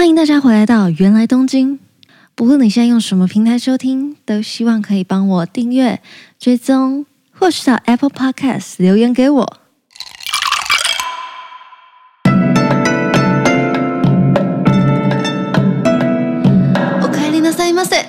欢迎大家回来到原来东京。不论你现在用什么平台收听，都希望可以帮我订阅、追踪，或是到 Apple Podcast 留言给我。おかえりなさいませ。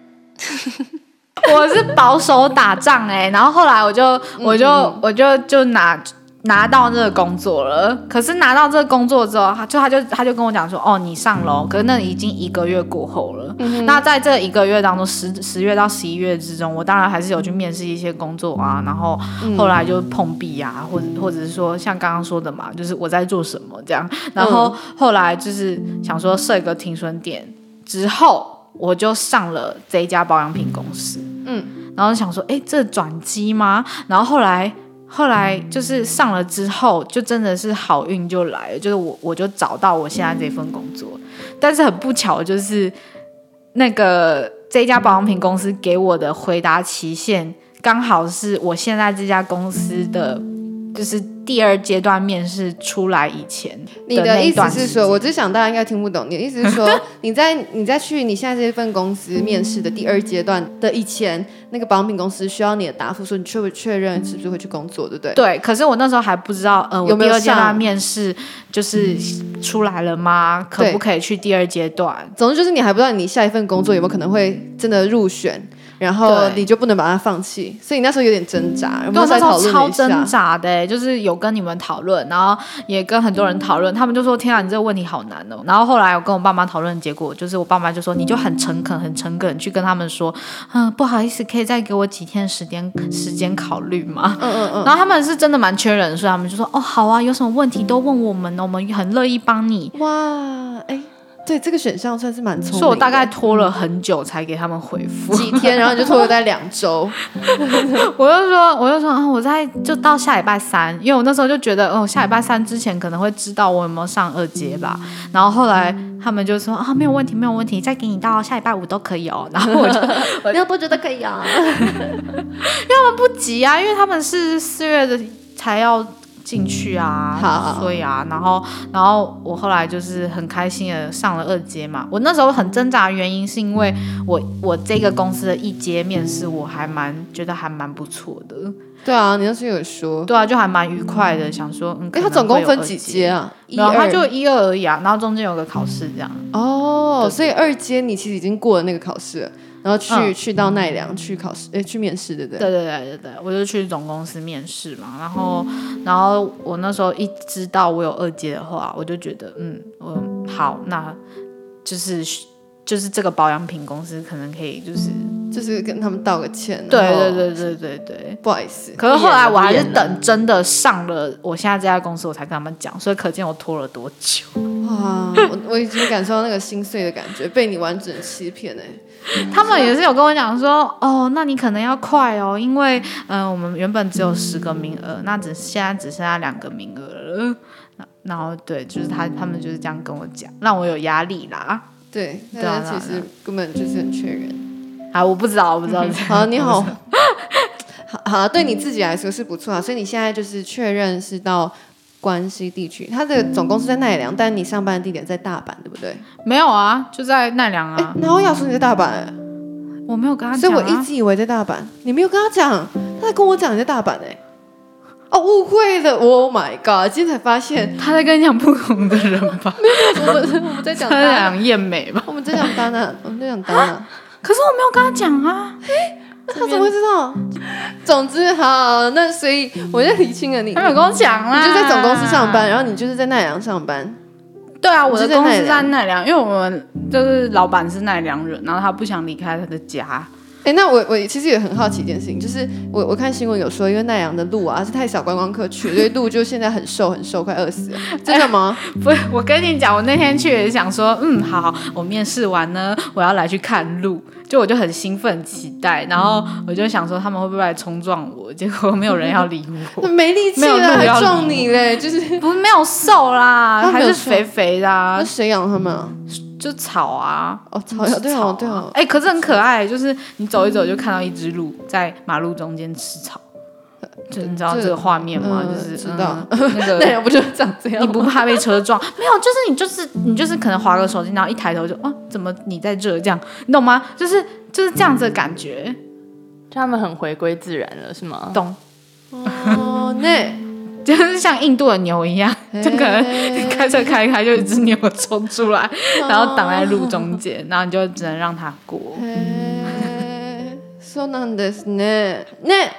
我是保守打仗然后后来我就拿到这个工作了。可是拿到这个工作之后，他就跟我讲说，哦，你上楼。可是那已经1个月过后了。那在这1个月当中，10月到11月之中，我当然还是有去面试一些工作啊，然后后来就碰壁啊，或者是说像刚刚说的嘛，就是我在做什么这样。然后后来就是想说设一个停损点之后，我就上了这一家保养品公司。然后想说，这转机吗？然后后来就是上了之后，就真的是好运就来了，就是我就找到我现在这份工作。但是很不巧，就是这家保养品公司给我的回答期限，刚好是我现在这家公司的就是第2阶段面试出来以前的那一段时间。 你的意思是说，我只想大家应该听不懂。你的意思是说，你在去你现在这份公司面试的第2阶段的以前，那个保养品公司需要你的答复，说你确认是不是会去工作，对不对？ 对，可是我那时候还不知道，我第2阶段面试就是出来了吗？可不可以去第2阶段？ 总之就是你还不知道你下一份工作有没有可能会真的入选。然后你就不能把它放弃，所以你那时候有点挣扎。 我那时候超挣扎的，就是有跟你们讨论，然后也跟很多人讨论，他们就说：“天啊，你这个问题好难哦。”然后后来我跟我爸妈讨论，结果就是我爸妈就说：“你就很诚恳去跟他们说，不好意思，可以再给我几天时间考虑吗？”然后他们是真的蛮缺人，所以他们就说：“哦，好啊，有什么问题都问我们，我们很乐意帮你。” 哇，对，这个选项算是蛮聪明的。 所以我大概拖了很久才给他们回复， 几天，然后你就拖了大概2周。 我就说我就到下礼拜3，因为我那时候就觉得下礼拜3之前可能会知道我有没有上2阶吧。然后后来他们就说没有问题，再给你到下礼拜5都可以哦。然后我就你有不觉得可以啊？ 因为他们不急啊，因为他们是4月的才要进去啊，所以然后我后来就是很开心的上了2阶嘛。我那时候很挣扎的原因是因为我这个公司的1阶面试我觉得还蛮不错的。 对啊，你那时候有说。 对啊，就还蛮愉快的，想说他总共分几阶啊？ 然后他就1、2而已啊，然后中间有个考试这样。 所以2阶你其实已经过了那个考试了。然后去到奈良去考试，去面试，对不对？ 对，我就去总公司面试嘛。然后我那时候一知道我有2阶的话，我就觉得好，那就是这个保养品公司可能可以就是跟他们道个歉。 对， 不好意思。 可是后来我还是等真的上了我现在这家公司，我才跟他们讲，所以可见我拖了多久。 哇，我已经感受到那个心碎的感觉，被你完整欺骗他们也是有跟我讲说，那你可能要快哦，因为我们原本只有10个名额，那现在只剩下2个名额了。然后对，就是他们就是这样跟我讲，让我有压力啦。 对，但其实根本就是很缺人。 我不知道。 好，你好。好，对你自己来说是不错啊，所以你现在就是确认是到关西地区，他的总公司在奈良，但你上班的地点在大阪，对不对？ 没有啊，就在奈良啊。 然后要说你在大阪， 我没有跟他讲， 所以我一直以为在大阪，你没有跟他讲，他在跟我讲你在大阪误会了 ，Oh my god！ 今天才发现他在跟你讲不同的人吧？ 没有，我们在讲他在讲燕美吧？ 我们在讲丹娜， 可是我没有跟他讲啊。 他怎么会知道？总之好，那所以我就理清了你。 他没有跟我讲啦， 你就在总公司上班，然后你就是在奈良上班。 对啊，我的公司在奈良，因为我们就是老板是奈良人，然后他不想离开他的家。 那我其实也很好奇一件事情，就是我看新闻有说，因为奈良的鹿是太少观光客去，所以鹿就现在很瘦，快饿死了。真的吗？ 不是，我跟你讲，我那天去也想说，好，我面试完呢，我要来去看鹿，我就很兴奋期待，然后我就想说他们会不会来冲撞我，结果没有人要理我。 没力气了还撞你嘞，就是不是没有瘦啦，还是肥肥的。 那谁养他们啊？ 就草啊， 草呀，对哦， 可是很可爱，就是你走一走就看到一只鹿在马路中间吃草。 就你知道这个画面吗？就是知道那个那不就长这样吗？ 你不怕被车撞？没有，就是你就是可能滑个手机，然后一抬头就怎么你在这样，你懂吗？就是这样子的感觉， 就他们很回归自然了，是吗？ 懂？ 哦，那就是像印度的牛一样，就可能你开车开一开，就一只牛冲出来，然后挡在路中间，然后你就只能让它过。 そうなんですね。ね。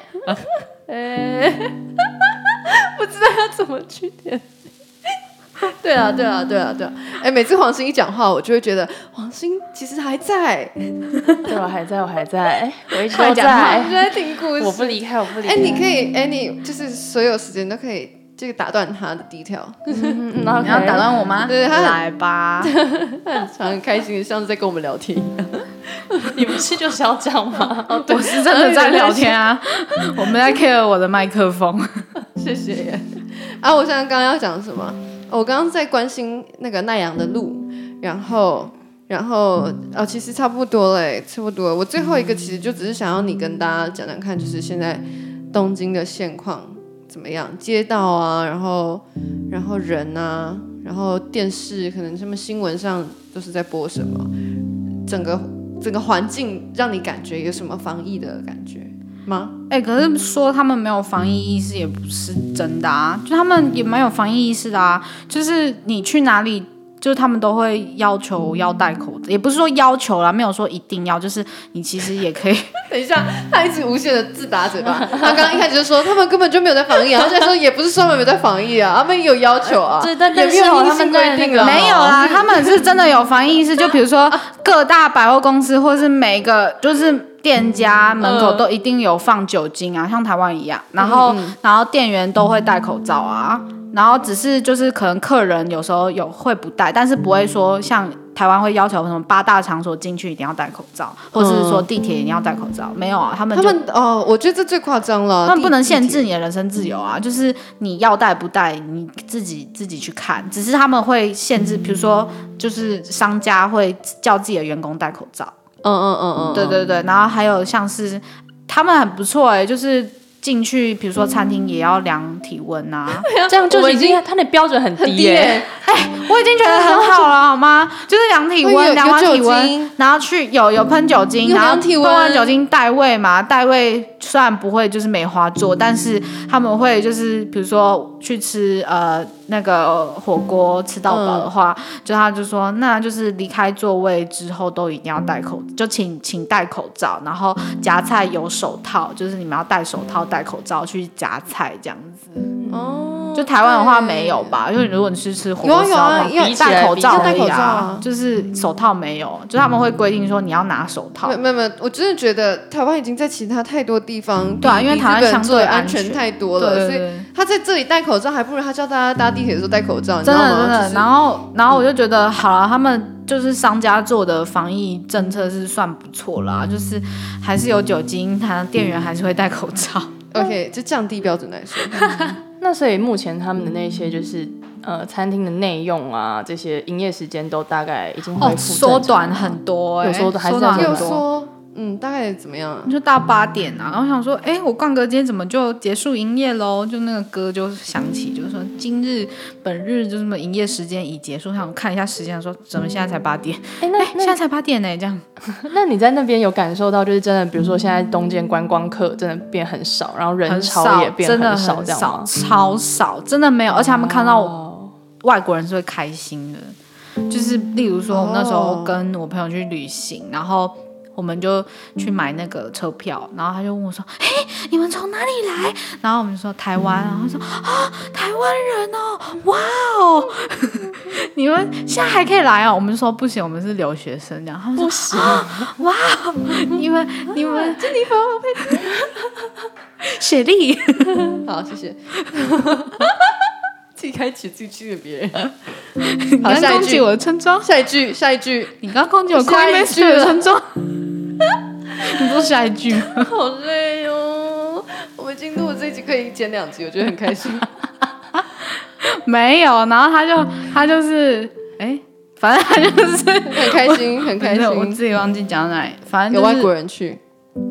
不知道要怎么去点。对啊，每次黄兴一讲话，我就会觉得黄兴其实还在。 对，我还在，我一直都快讲话， 在我，在听故事。 我不离开。 你可以，你就是所有时间都可以这个打断他的detail。 然后你要打断我吗？ 对他来吧。 他很开心，像是在跟我们聊天一样。 你不是就是要这样吗？ 我是真的在聊天啊，我们在 care 我的麦克风。 谢谢耶。我想刚刚要讲什么？我刚刚在关心那个奈良的路，然后其实差不多嘞，差不多。我最后一个其实就只是想要你跟大家讲讲看，就是现在东京的现况怎么样，街道啊，然后人啊，然后电视可能什么新闻上都是在播什么，整个环境让你感觉有什么防疫的感觉吗？ 可是说他们没有防疫意识也不是真的啊，就他们也蛮有防疫意识的啊，就是你去哪里，就是他们都会要求要戴口罩，也不是说要求啦，没有说一定要，就是你其实也可以。 等一下，他一直无限的自打嘴巴。他刚刚一开始就说他们根本就没有在防疫啊，他现在说也不是说他们没有在防疫啊，他们也有要求啊， 但也没有硬性规定啊， 没有啦，他们是真的有防疫意识，就比如说各大百货公司或是每个就是店家门口都一定有放酒精啊，像台湾一样，然后店员都会戴口罩啊。然后只是就是可能客人有时候会不戴，但是不会说像台湾会要求什么8大场所进去一定要戴口罩，或是说地铁一定要戴口罩，没有啊，他们我觉得这最夸张了， 他们不能限制你的人身自由啊，就是你要戴不戴你自己去看，只是他们会限制，比如说就是商家会叫自己的员工戴口罩，对，然后还有像是他们很不错就是进去，比如说餐厅也要量体温啊， 这样就已经他的标准很低耶。 我已经觉得很好了，好吗？就是量体温，量完体温，然后去有喷酒精，然后喷完酒精带位嘛，带位虽然不会就是梅花座，但是他们会就是比如说去吃那个火锅吃到饱的话，就他就说那就是离开座位之后都一定要戴口，就请戴口罩，然后夹菜有手套，就是你们要戴手套戴口罩去夹菜这样子。就台湾的话没有吧？因为如果你是吃火锅烧的话，戴口罩而已啊，就是手套没有，就他们会规定说你要拿手套。 没有，我真的觉得台湾已经在其他太多地方对啊，因为台湾相对安全太多了，所以他在这里戴口罩，还不如他叫大家搭地铁的时候戴口罩， 真的你知道吗？ 真的。然后我就觉得好了，他们就是商家做的防疫政策是算不错啦，就是还是有酒精，他店员还是会戴口罩。 OK， 就降低标准来说。 那所以目前他们的那些就是餐厅的内用啊，这些营业时间都大概已经恢复缩短很多， 有缩短还是有说大概怎么样啊？ 就到8点啊，然后想说，我逛个街怎么就结束营业喽？就那个歌就响起，就是说今日本日就什么营业时间已结束。想看一下时间，说怎么现在才8点？现在才8点呢，这样。 那你在那边有感受到，就是真的，比如说现在东京观光客真的变很少，然后人潮也变很少，这样吗？ 超少，真的没有。而且他们看到外国人是会开心的，就是例如说，我那时候跟我朋友去旅行，然后我们就去买那个车票，然后他就问我说：“嘿，你们从哪里来？”然后我们就说台湾，然后说：“啊，台湾人哦，哇哦，你们现在还可以来哦。”我们就说不行，我们是留学生这样。他们说不行，哇哦，你们这地方会雪莉， 好，谢谢。自己开启，自己拒绝别人。 你刚攻击我的村庄， 下一句， 你刚攻击我 Coin Master 的村庄。你说下一句， 好累哦。我们进度这一集可以剪2集，我觉得很开心。 没有，然后他就是反正他就是很开心，很开心。 我自己忘记讲哪里，反正、就是、 有外国人去。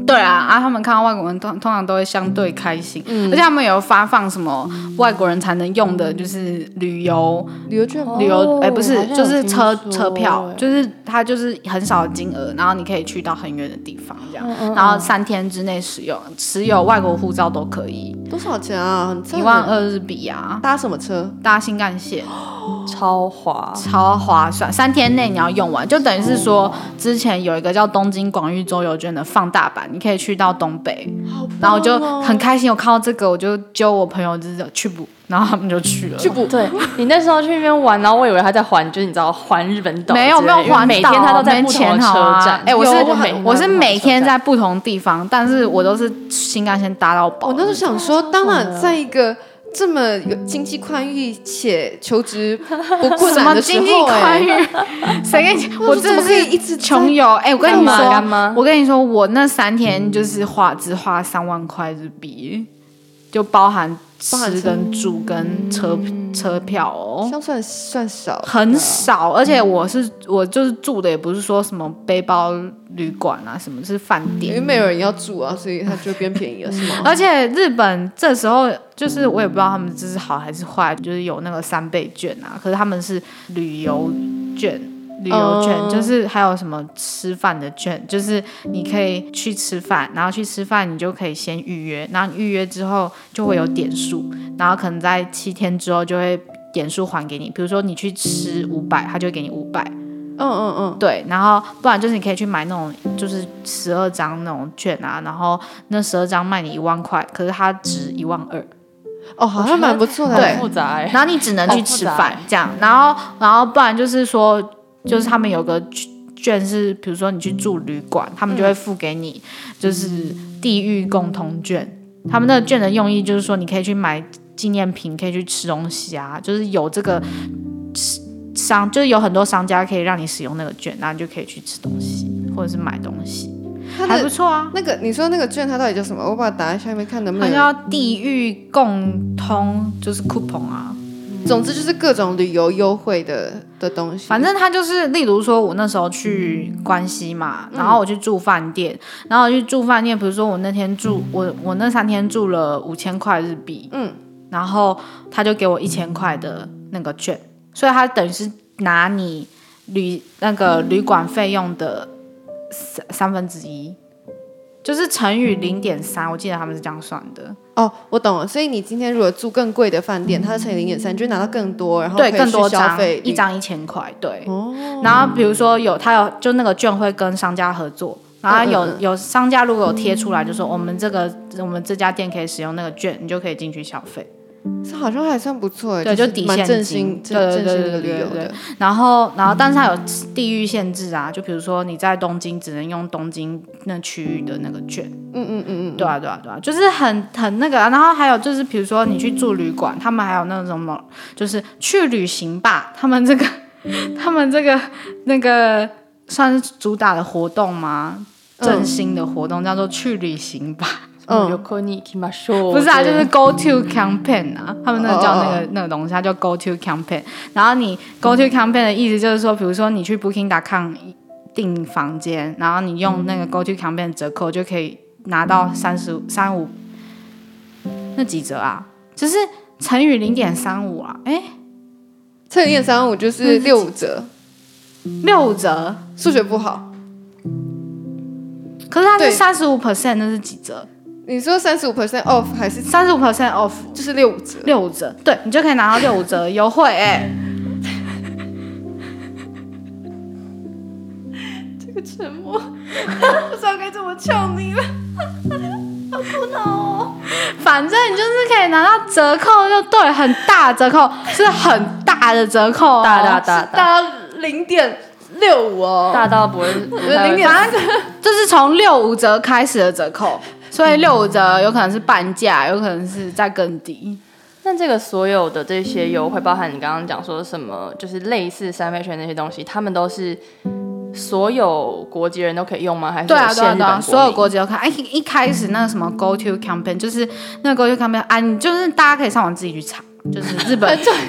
对啊，他们看到外国人通常都会相对开心，而且他们有发放什么外国人才能用的，就是旅游券吗？ 不是，就是车票，就是它就是很少的金额，然后你可以去到很远的地方这样，然后3天之内持有外国护照都可以。 多少钱啊 ？12000日币啊！ 搭什么车？ 搭新干线。 超划算，3天内你要用完，就等于是说，之前有一个叫东京广域周游券的放大版，你可以去到东北，然后我就很开心，我看到这个，我就揪我朋友就是去补，然后他们就去了。 去补， 对你那时候去那边玩，然后我以为他在环，就是你知道环日本岛， 没有环岛， 每天他都在不同的车站。 我是每天在不同地方，但是我都是新干线搭到饱。 我那时候想说，当然在一个这么有经济宽裕且求职不困难的时候， 什么经济宽裕？谁跟你？我真的是一直穷游。我跟你说，我那3天就是只花3万块日币，就包含吃跟住跟车票哦， 这样算少， 很少。而且我就是住的也不是说什么背包旅馆啊，什么是饭店， 因为没有人要住啊，所以它就变便宜了，是吗？ 而且日本这时候就是我也不知道他们这是好还是坏，就是有那个3倍券啊，可是他们是旅游券。就是还有什么吃饭的券，就是你可以去吃饭，然后去吃饭你就可以先预约，然后你预约之后就会有点数，然后可能在7天之后就会点数还给你，比如说你去吃500，他就会给你500。对，然后不然就是你可以去买那种就是12张那种券啊，然后那12张卖你1万块，可是它值12000。 好像蛮不错的， 对， 复杂。 然后你只能去吃饭这样，然后不然就是说。就是他们有个券是，比如说你去住旅馆，他们就会付给你，就是地域共同券。他们那个券的用意就是说，你可以去买纪念品，可以去吃东西啊，就是有这个就是有很多商家可以让你使用那个券，然后你就可以去吃东西或者是买东西，还不错啊。 那个你说那个券它到底叫什么？我把它打在下面看能不能。 它叫地域共通，就是 coupon 啊。 总之就是各种旅游优惠的东西， 反正它就是，例如说我那时候去关西嘛，然后我去住饭店，然后我去住饭店，比如说我那天住我那3天住了5000块日币，然后他就给我1000块的那个券，所以他等于是拿你那个旅馆费用的1/3，就是乘以0.3，我记得他们是这样算的。 我懂了。所以你今天如果住更贵的饭店，它是乘以0.3，你就拿到更多，然后对更多消费 1张1000块，对。然后比如说他有就那个券会跟商家合作，然后有商家如果有贴出来，就说我们这家店可以使用那个券，你就可以进去消费。 这好像还算不错， 对，就抵现金，对，然后但是它有地域限制啊，就比如说你在东京只能用东京那区域的那个券，对啊，就是很那个，然后还有就是比如说你去住旅馆，他们还有那种什么，就是去旅行吧，他们这个那个算是主打的活动吗？振兴的活动叫做去旅行吧。不是啊，就是 Go to campaign 啊，他们那个叫那个东西，它叫 Go to campaign。然后你 Go to campaign 的意思就是说，比如说你去 Booking.com 订房间，然后你用那个 Go to campaign 折扣就可以拿到35，那几折啊？就是乘以0.35啊， 乘以0.35就是65折 ，65折， 数学不好。 可是它是35%，那是几折？ 你说35% off 还是 35% off？ 就是65折， 对，你就可以拿到65折优惠这个沉默，不知道该怎么呛你了，好苦恼哦。 反正你就是可以拿到折扣，就对，很大折扣，是很大的折扣， 大0.65哦， 大到不会反正就是从65折开始的折扣。所以65折有可能是半价，有可能是再更低。 那这个所有的这些优惠，包含你刚刚讲说什么，就是类似3倍券那些东西，他们都是所有国籍人都可以用吗？还是有限日本国民？ 所有国籍都可以。一开始那个什么 Go to campaign， 就是那个 Go to campaign 你就是大家可以上网自己去查。就是日本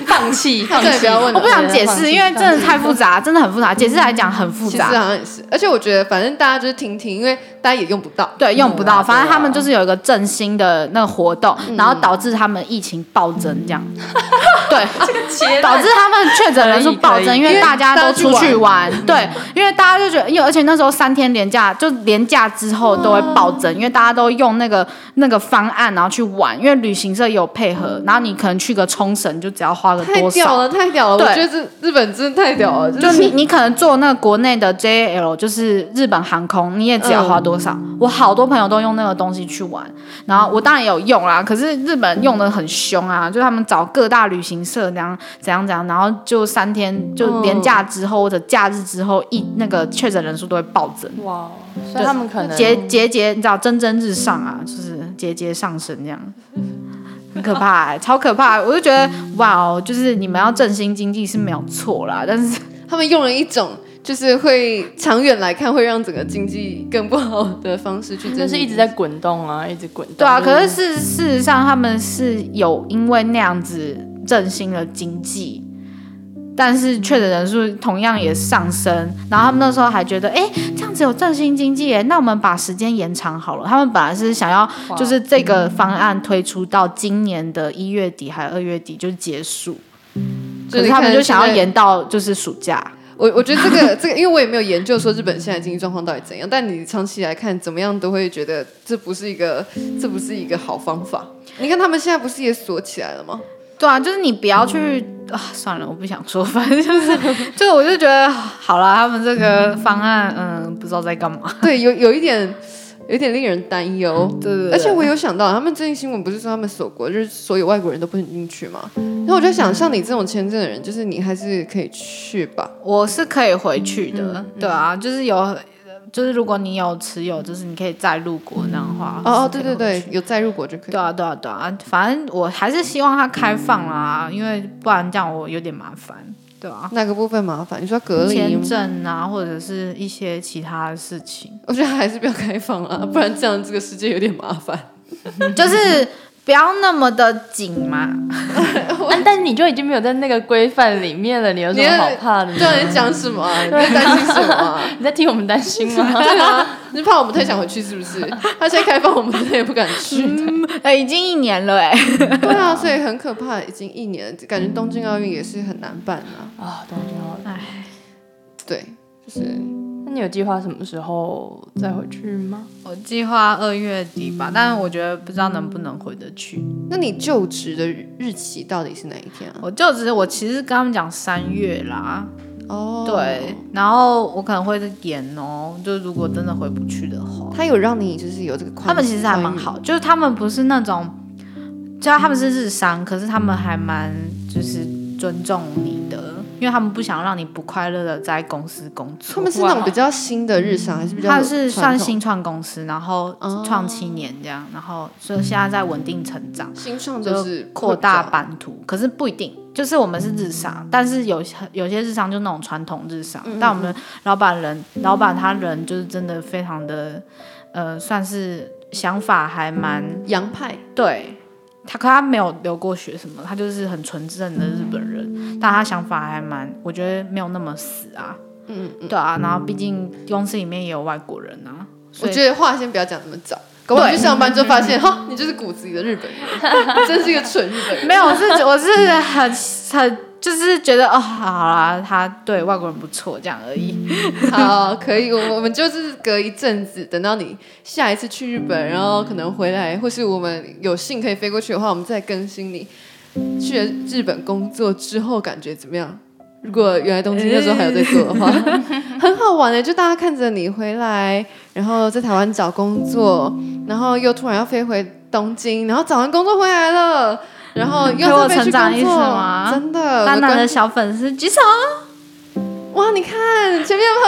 放弃， 不要问了， 我不想解释，因为真的太复杂，真的很复杂，解释来讲很复杂。 其实好像也是，而且我觉得反正大家就是听听，因为大家也用不到， 对，用不到。反正他们就是有一个振兴的那个活动，然后导致他们疫情暴增，这样。对，导致他们确诊人数暴增，因为大家都出去玩。对，因为大家就觉得，而且那时候3天连假，就连假之后都会暴增，因为大家都用那个方案，然后去玩，因为旅行社也有配合，然后你可能去个冲绳，就只要花个多少？ 太屌了！我觉得日本真的太屌了。 就你可能坐那个国内的 JAL， 就是日本航空，你也只要花多少？我好多朋友都用那个东西去玩，然后我当然也有用啦。可是日本用的很凶啊，就他们找各大旅行社怎样，然后就3天就连假之后或者假日之后，那个确诊人数都会暴增。 哇，所以他们可能节你知道蒸日上啊，就是节上升这样。很可怕超可怕！我就觉得哇哦，就是你们要振兴经济是没有错啦，但是他们用了一种就是会长远来看会让整个经济更不好的方式去振兴， 就是一直在滚动啊，一直滚动。 对啊，可是事实上他们是有因为那样子振兴了经济。但是确诊人数同样也上升，然后他们那时候还觉得，这样子有振兴经济耶，那我们把时间延长好了。他们本来是想要就是这个方案推出到今年的1月底还是2月底就结束，可是他们就想要延到就是暑假。 我觉得这个，因为我也没有研究说日本现在经济状况到底怎样，但你长期来看怎么样都会觉得这不是一个好方法。你看他们现在不是也锁起来了吗？ 对啊，就是你不要去算了，我不想说，反正就是我就觉得好了，他们这个方案不知道在干嘛。 对，有一点令人担忧。 对， 而且我有想到，他们最近新闻不是说他们锁国，就是所有外国人都不能进去嘛？然后我就想，像你这种签证的人，就是你还是可以去吧？ 我是可以回去的，对啊，就是如果你有持有，就是你可以再入国那样的话。 对，有再入国就可以。 对啊，反正我还是希望它开放啦，因为不然这样我有点麻烦，对啊。 哪个部分麻烦？你说隔离签证啊，或者是一些其他的事情。 我觉得还是不要开放啊，不然这样这个世界有点麻烦。 就是不要那么的紧嘛。 但是你就已经没有在那个规范里面了，你有什么好怕的呢？ 对，你讲什么啊？你在担心什么啊？ 你在替我们担心吗？ 对啊，你怕我们太想回去是不是？他现在开放，我们真的也不敢去。 已经1年了对啊，所以很可怕，已经1年了，感觉东京奥运也是很难办啊。东京奥运， 对，就是。 那你有计划什么时候再回去吗？ 我计划2月底吧，但是我觉得不知道能不能回得去。 那你就职的日期到底是哪一天啊？ 我就职，我其实跟他们讲3月啦。 哦， 对，然后我可能会延哦，就如果真的回不去的话。 他有让你就是有这个他们其实还蛮好，就是他们不是那种，就他们是日商，可是他们还蛮就是尊重你的。因为他们不想让你不快乐的在公司工作。 他们是那种比较新的日商，还是比较？他是算新创公司，然后创7年这样，然后所以现在在稳定成长。 新创就是扩大版图，可是不一定。就是我们是日商，但是有些日商就那种传统日商，但我们老板他人就是真的非常的算是想法还蛮洋派， 对。他没有留过学什么，他就是很纯正的日本人，但他想法还蛮，我觉得没有那么死啊。对啊，然后毕竟公司里面也有外国人啊。 我觉得话先不要讲那么早，搞不好去上班就发现，哈，你就是骨子里的日本人，真是一个纯日本人。 没有，我是很就是觉得好啦，他对外国人不错这样而已。 好，可以，我们就是隔一阵子，等到你下一次去日本，然后可能回来，或是我们有幸可以飞过去的话，我们再更新你去了日本工作之后感觉怎么样。如果原来东京那时候还有在做的话，很好玩的，就大家看着你回来，然后在台湾找工作，然后又突然要飞回东京，然后找完工作回来了。然后又我成长意思吗？ 真的， 丹丹的小粉丝举手！ 哇，你看前面的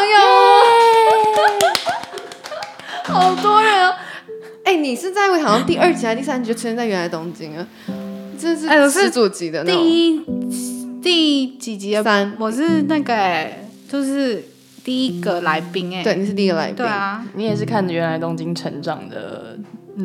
朋友，好多人哦！你是在好像第2集还是第3集就出现在原来东京啊？真是始祖级的那种。 第几集的 3， 我是那个就是第1个来宾对，你是第1个来宾。 对啊， 你也是看着原来东京成长的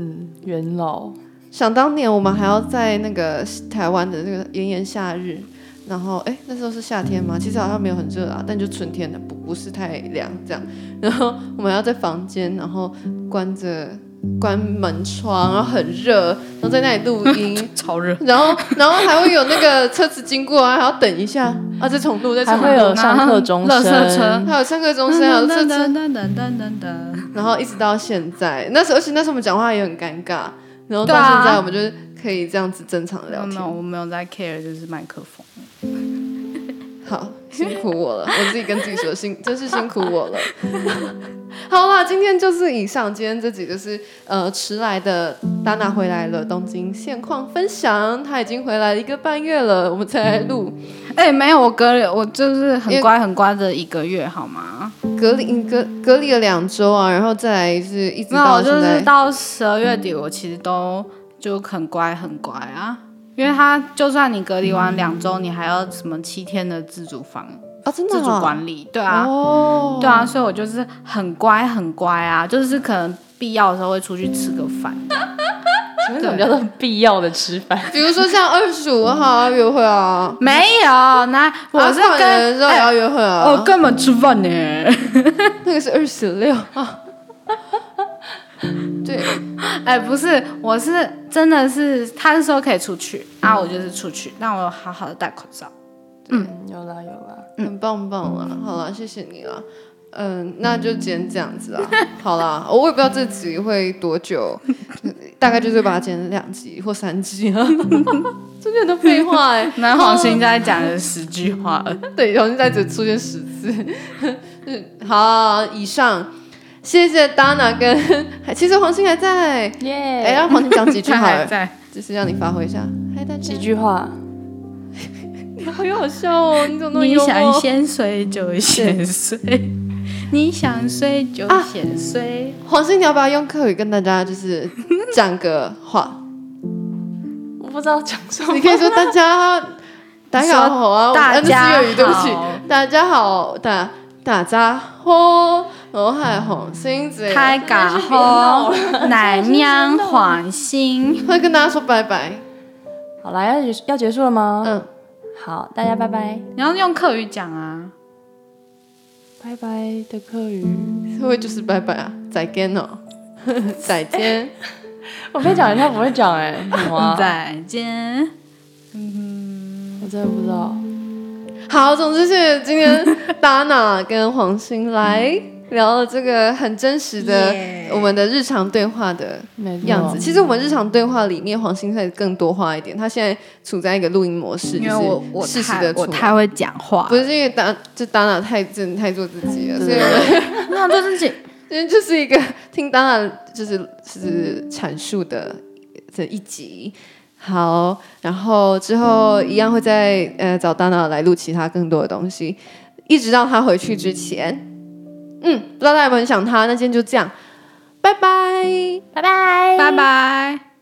元老。 想当年我们还要在那个台湾的那个炎炎夏日， 然后那时候是夏天吗？其实好像没有很热啊，但就春天的，不是太凉这样。然后我们要在房间，然后关门窗，然后很热，然后在那里录音， 超热。 然后还会有那个车子经过啊，还要等一下啊，再重录， 还会有上课钟声， 还有上课钟声，还有车子，然后一直到现在，而且那时候我们讲话也很尴尬，然后到现在我们就是可以这样子正常聊天。 我没有在 care 就是麦克风。 好，辛苦我了，我自己跟自己说真是辛苦我了。好啦，今天就是以上，今天这集就是迟来的Dana回来了，东京现况分享，他已经回来了1个半月了，我们才来录。 没有，我就是很乖很乖的1个月，好吗？ 隔离了2周啊，然后再来是一直到现在， 就是到12月底，我其实都就很乖很乖啊。因为他就算你隔离完2周，你还要什么7天的自主房真的自主管理，对啊， 对啊，所以我就是很乖很乖啊，就是可能必要的时候会出去吃个饭。 什么叫做必要的吃饭？ 比如说像25号要约会啊， 没有，那我是跟人也要约会啊， 我根本吃饭呢， 那个是26啊。对， 不是，我是真的是，他是说可以出去啊，我就是出去，但我有好好的戴口罩。 有啦， 很棒啦，好啦，谢谢你啦。那就今天这样子啦。好啦，我也不知道这集会多久，大概就是把它剪成2集或3集啊。中间很多废话那黄欣在讲了10句话了， 对，黄欣在只出现10次。好，以上。谢谢 Dana 跟，其实黄欣还在，让黄欣讲几句好了，就是让你发挥一下。嗨，大家几句话。 你好好笑哦，你怎么那么幽默？ 你想先睡就先睡，你想睡就先睡。 黄欣，你要不要用客语跟大家就是讲个话？ 我不知道讲什么。 你可以说大家好啊， 大家好， 对不起，大家好，大家好。我系黄欣姐， 大家好，奶娘黄欣， 会跟大家说拜拜。 好啦，要结束了吗？好，大家拜拜。 你要用客语讲啊， 拜拜的客语会不会就是拜拜啊？再见哦，再见。 我非讲人家不会讲再见。 我真的不知道。 好，总之是今天Dana跟黄欣来聊了这个很真实的我们的日常对话的样子。其实我们日常对话里面，黄欣会更多话一点。他现在处在一个录音模式， 因为我适时的我太会讲话， 不是因为Dana太太做自己了，所以那做自己， 因为就是一个听Dana就是阐述的这一集。好，然后之后一样会再找Dana来录其他更多的东西，一直到他回去之前。不知道大家有没有很想他？那今天就这样，拜拜， 拜拜，拜拜。